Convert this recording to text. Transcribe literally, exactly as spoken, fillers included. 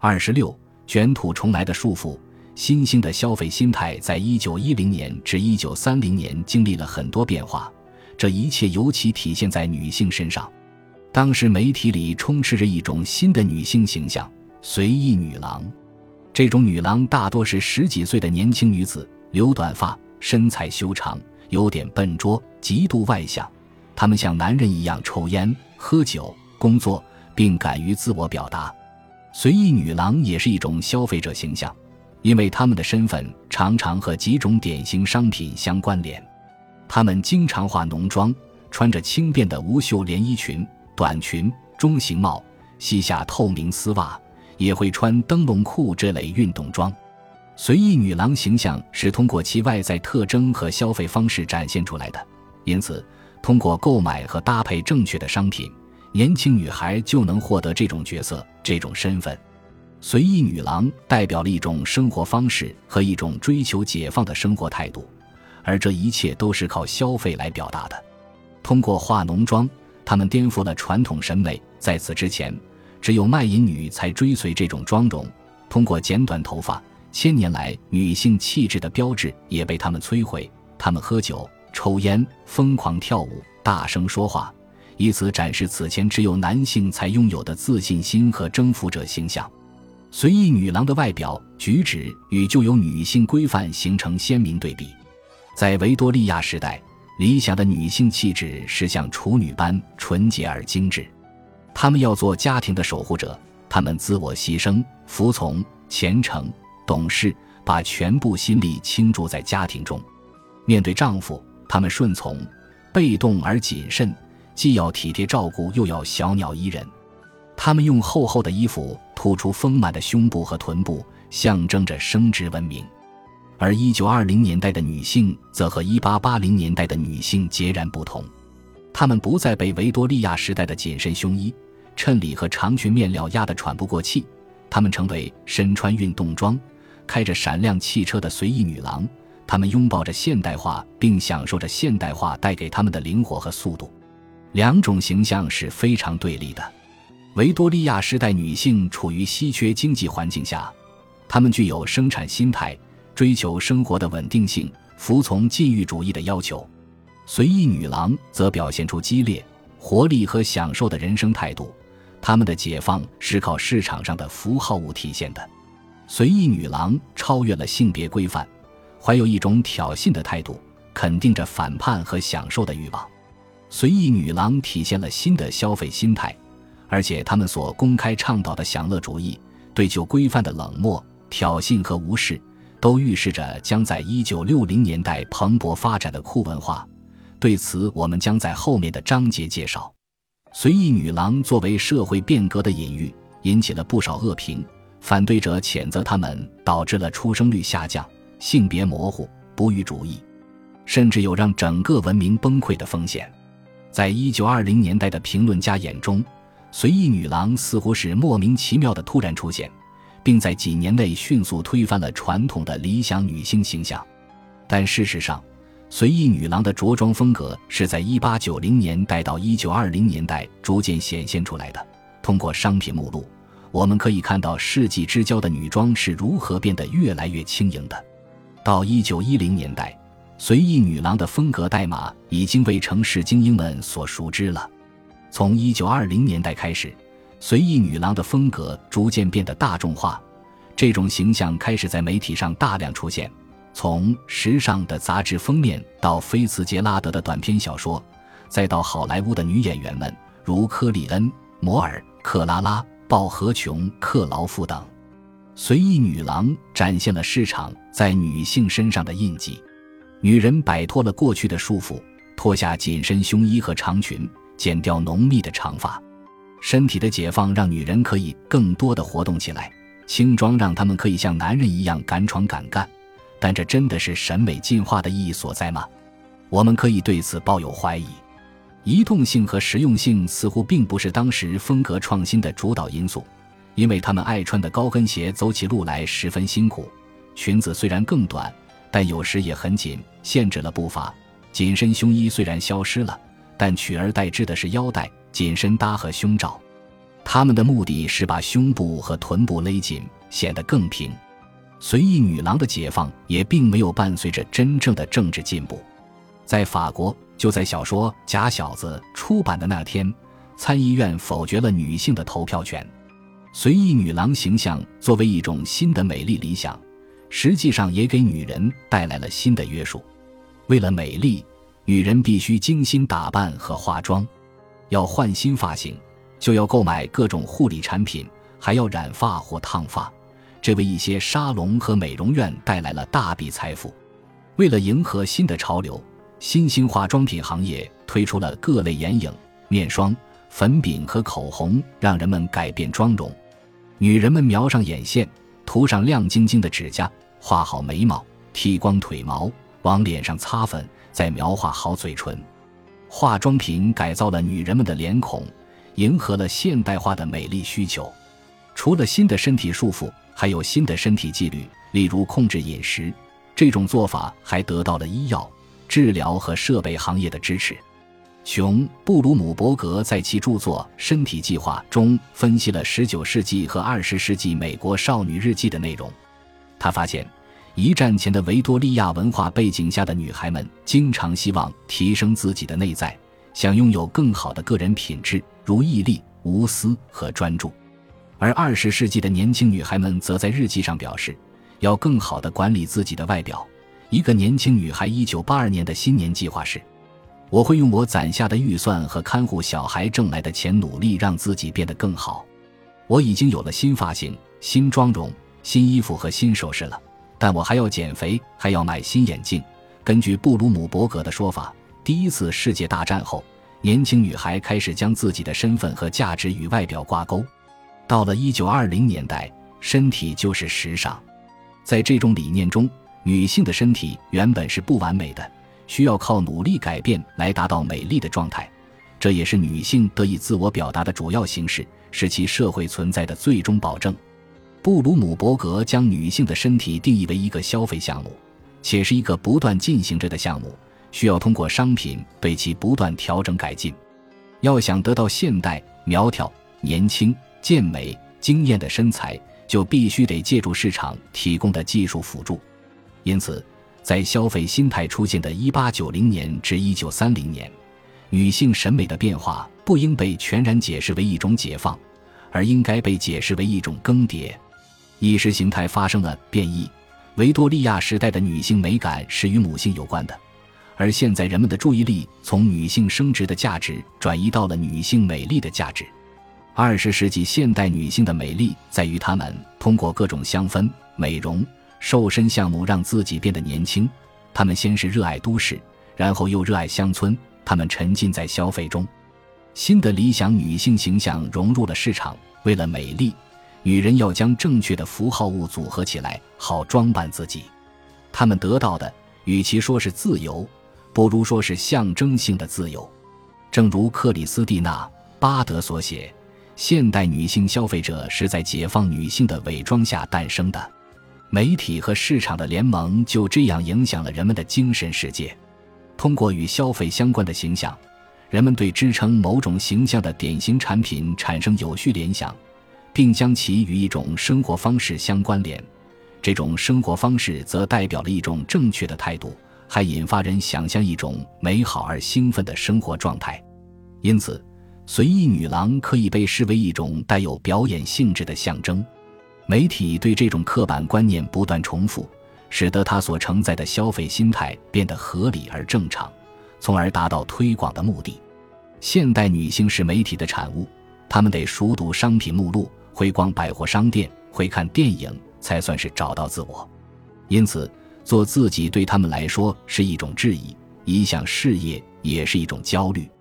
二十六卷土重来的束缚。新兴的消费心态在一九一零年至一九三零年经历了很多变化，这一切尤其体现在女性身上。当时媒体里充斥着一种新的女性形象，随意女郎。这种女郎大多是十几岁的年轻女子，留短发，身材修长，有点笨拙，极度外向。她们像男人一样抽烟、喝酒、工作，并敢于自我表达。随意女郎也是一种消费者形象，因为她们的身份常常和几种典型商品相关联。她们经常化浓妆，穿着轻便的无袖连衣裙、短裙、中型帽，膝下透明丝袜，也会穿灯笼裤这类运动装。随意女郎形象是通过其外在特征和消费方式展现出来的，因此通过购买和搭配正确的商品，年轻女孩就能获得这种角色、这种身份。随意女郎代表了一种生活方式和一种追求解放的生活态度，而这一切都是靠消费来表达的。通过化浓妆，她们颠覆了传统审美，在此之前，只有卖淫女才追随这种妆容。通过剪短头发，千年来女性气质的标志也被她们摧毁。她们喝酒、抽烟、疯狂跳舞、大声说话，以此展示此前只有男性才拥有的自信心和征服者形象。随意女郎的外表、举止与旧有女性规范形成鲜明对比。在维多利亚时代，理想的女性气质是像处女般纯洁而精致。她们要做家庭的守护者，她们自我牺牲、服从、虔诚、懂事，把全部心力倾注在家庭中。面对丈夫，她们顺从、被动而谨慎，既要体贴照顾，又要小鸟依人。她们用厚厚的衣服突出丰满的胸部和臀部，象征着生殖文明。而一九二零年代的女性则和一八八零年代的女性截然不同，她们不再被维多利亚时代的紧身胸衣、衬里和长裙面料压得喘不过气，她们成为身穿运动装、开着闪亮汽车的随意女郎。她们拥抱着现代化，并享受着现代化带给她们的灵活和速度。两种形象是非常对立的。维多利亚时代女性处于稀缺经济环境下，她们具有生产心态，追求生活的稳定性，服从禁欲主义的要求。随意女郎则表现出激烈、活力和享受的人生态度，她们的解放是靠市场上的符号物体现的。随意女郎超越了性别规范，怀有一种挑衅的态度，肯定着反叛和享受的欲望。随意女郎体现了新的消费心态，而且她们所公开倡导的享乐主义、对旧规范的冷漠、挑衅和无视，都预示着将在一九六零年代蓬勃发展的酷文化。对此我们将在后面的章节介绍。随意女郎作为社会变革的隐喻，引起了不少恶评，反对者谴责她们导致了出生率下降、性别模糊、不育主义，甚至有让整个文明崩溃的风险。在一九二零年代的评论家眼中，随意女郎似乎是莫名其妙的突然出现，并在几年内迅速推翻了传统的理想女性形象。但事实上，随意女郎的着装风格是在一八九零年代到一九二零年代逐渐显现出来的。通过商品目录，我们可以看到世纪之交的女装是如何变得越来越轻盈的。到一九一零年代，随意女郎的风格代码已经为城市精英们所熟知了。从一九二零年代开始，随意女郎的风格逐渐变得大众化，这种形象开始在媒体上大量出现，从时尚的杂志封面到菲茨杰拉德的短篇小说，再到好莱坞的女演员们，如科里恩、摩尔、克拉拉、鲍和琼、克劳夫等。随意女郎展现了市场在女性身上的印记。女人摆脱了过去的束缚，脱下紧身胸衣和长裙，剪掉浓密的长发。身体的解放让女人可以更多地活动起来，轻装让她们可以像男人一样敢闯敢干。但这真的是审美进化的意义所在吗？我们可以对此抱有怀疑。移动性和实用性似乎并不是当时风格创新的主导因素，因为她们爱穿的高跟鞋走起路来十分辛苦，裙子虽然更短，但有时也很紧，限制了步伐。紧身胸衣虽然消失了，但取而代之的是腰带、紧身搭和胸罩。 他们的目的是把胸部和臀部勒紧，显得更平。随意女郎的解放也并没有伴随着真正的政治进步。在法国，就在小说《假小子》出版的那天，参议院否决了女性的投票权。随意女郎形象作为一种新的美丽理想，实际上也给女人带来了新的约束。为了美丽，女人必须精心打扮和化妆，要换新发型，就要购买各种护理产品，还要染发或烫发，这为一些沙龙和美容院带来了大笔财富。为了迎合新的潮流，新兴化妆品行业推出了各类眼影、面霜、粉饼和口红，让人们改变妆容。女人们描上眼线，涂上亮晶晶的指甲，画好眉毛，剃光腿毛，往脸上擦粉，再描画好嘴唇。化妆品改造了女人们的脸孔，迎合了现代化的美丽需求。除了新的身体束缚，还有新的身体纪律，例如控制饮食。这种做法还得到了医药、治疗和设备行业的支持。琼·布鲁姆伯格在其著作《身体计划》中分析了十九世纪和二十世纪美国少女日记的内容。他发现，一战前的维多利亚文化背景下的女孩们经常希望提升自己的内在，想拥有更好的个人品质，如毅力、无私和专注。而二十世纪的年轻女孩们则在日记上表示，要更好地管理自己的外表。一个年轻女孩一九八二年的新年计划是，我会用我攒下的预算和看护小孩挣来的钱努力让自己变得更好。我已经有了新发型、新妆容、新衣服和新首饰了，但我还要减肥，还要买新眼镜。根据布鲁姆伯格的说法，第一次世界大战后，年轻女孩开始将自己的身份和价值与外表挂钩。到了一九二零年代，身体就是时尚。在这种理念中，女性的身体原本是不完美的，需要靠努力改变来达到美丽的状态，这也是女性得以自我表达的主要形式，是其社会存在的最终保证。布鲁姆伯格将女性的身体定义为一个消费项目，且是一个不断进行着的项目，需要通过商品对其不断调整改进。要想得到现代、苗条、年轻、健美、惊艳的身材，就必须得借助市场提供的技术辅助。因此，在消费心态出现的一八九零年至一九三零年，女性审美的变化不应被全然解释为一种解放，而应该被解释为一种更迭。意识形态发生了变异，维多利亚时代的女性美感是与母性有关的，而现在人们的注意力从女性生殖的价值转移到了女性美丽的价值。二十世纪现代女性的美丽在于她们通过各种香氛、美容、瘦身项目让自己变得年轻。她们先是热爱都市，然后又热爱乡村，她们沉浸在消费中。新的理想女性形象融入了市场，为了美丽，女人要将正确的符号物组合起来，好装扮自己。她们得到的，与其说是自由，不如说是象征性的自由。正如克里斯蒂娜·巴德所写，现代女性消费者是在解放女性的伪装下诞生的。媒体和市场的联盟就这样影响了人们的精神世界。通过与消费相关的形象，人们对支撑某种形象的典型产品产生有序联想，并将其与一种生活方式相关联。这种生活方式则代表了一种正确的态度，还引发人想象一种美好而兴奋的生活状态。因此，随意女郎可以被视为一种带有表演性质的象征。媒体对这种刻板观念不断重复，使得它所承载的消费心态变得合理而正常，从而达到推广的目的。现代女性是媒体的产物，她们得熟读商品目录，会逛百货商店，会看电影，才算是找到自我。因此，做自己对她们来说是一种质疑，一项事业也是一种焦虑。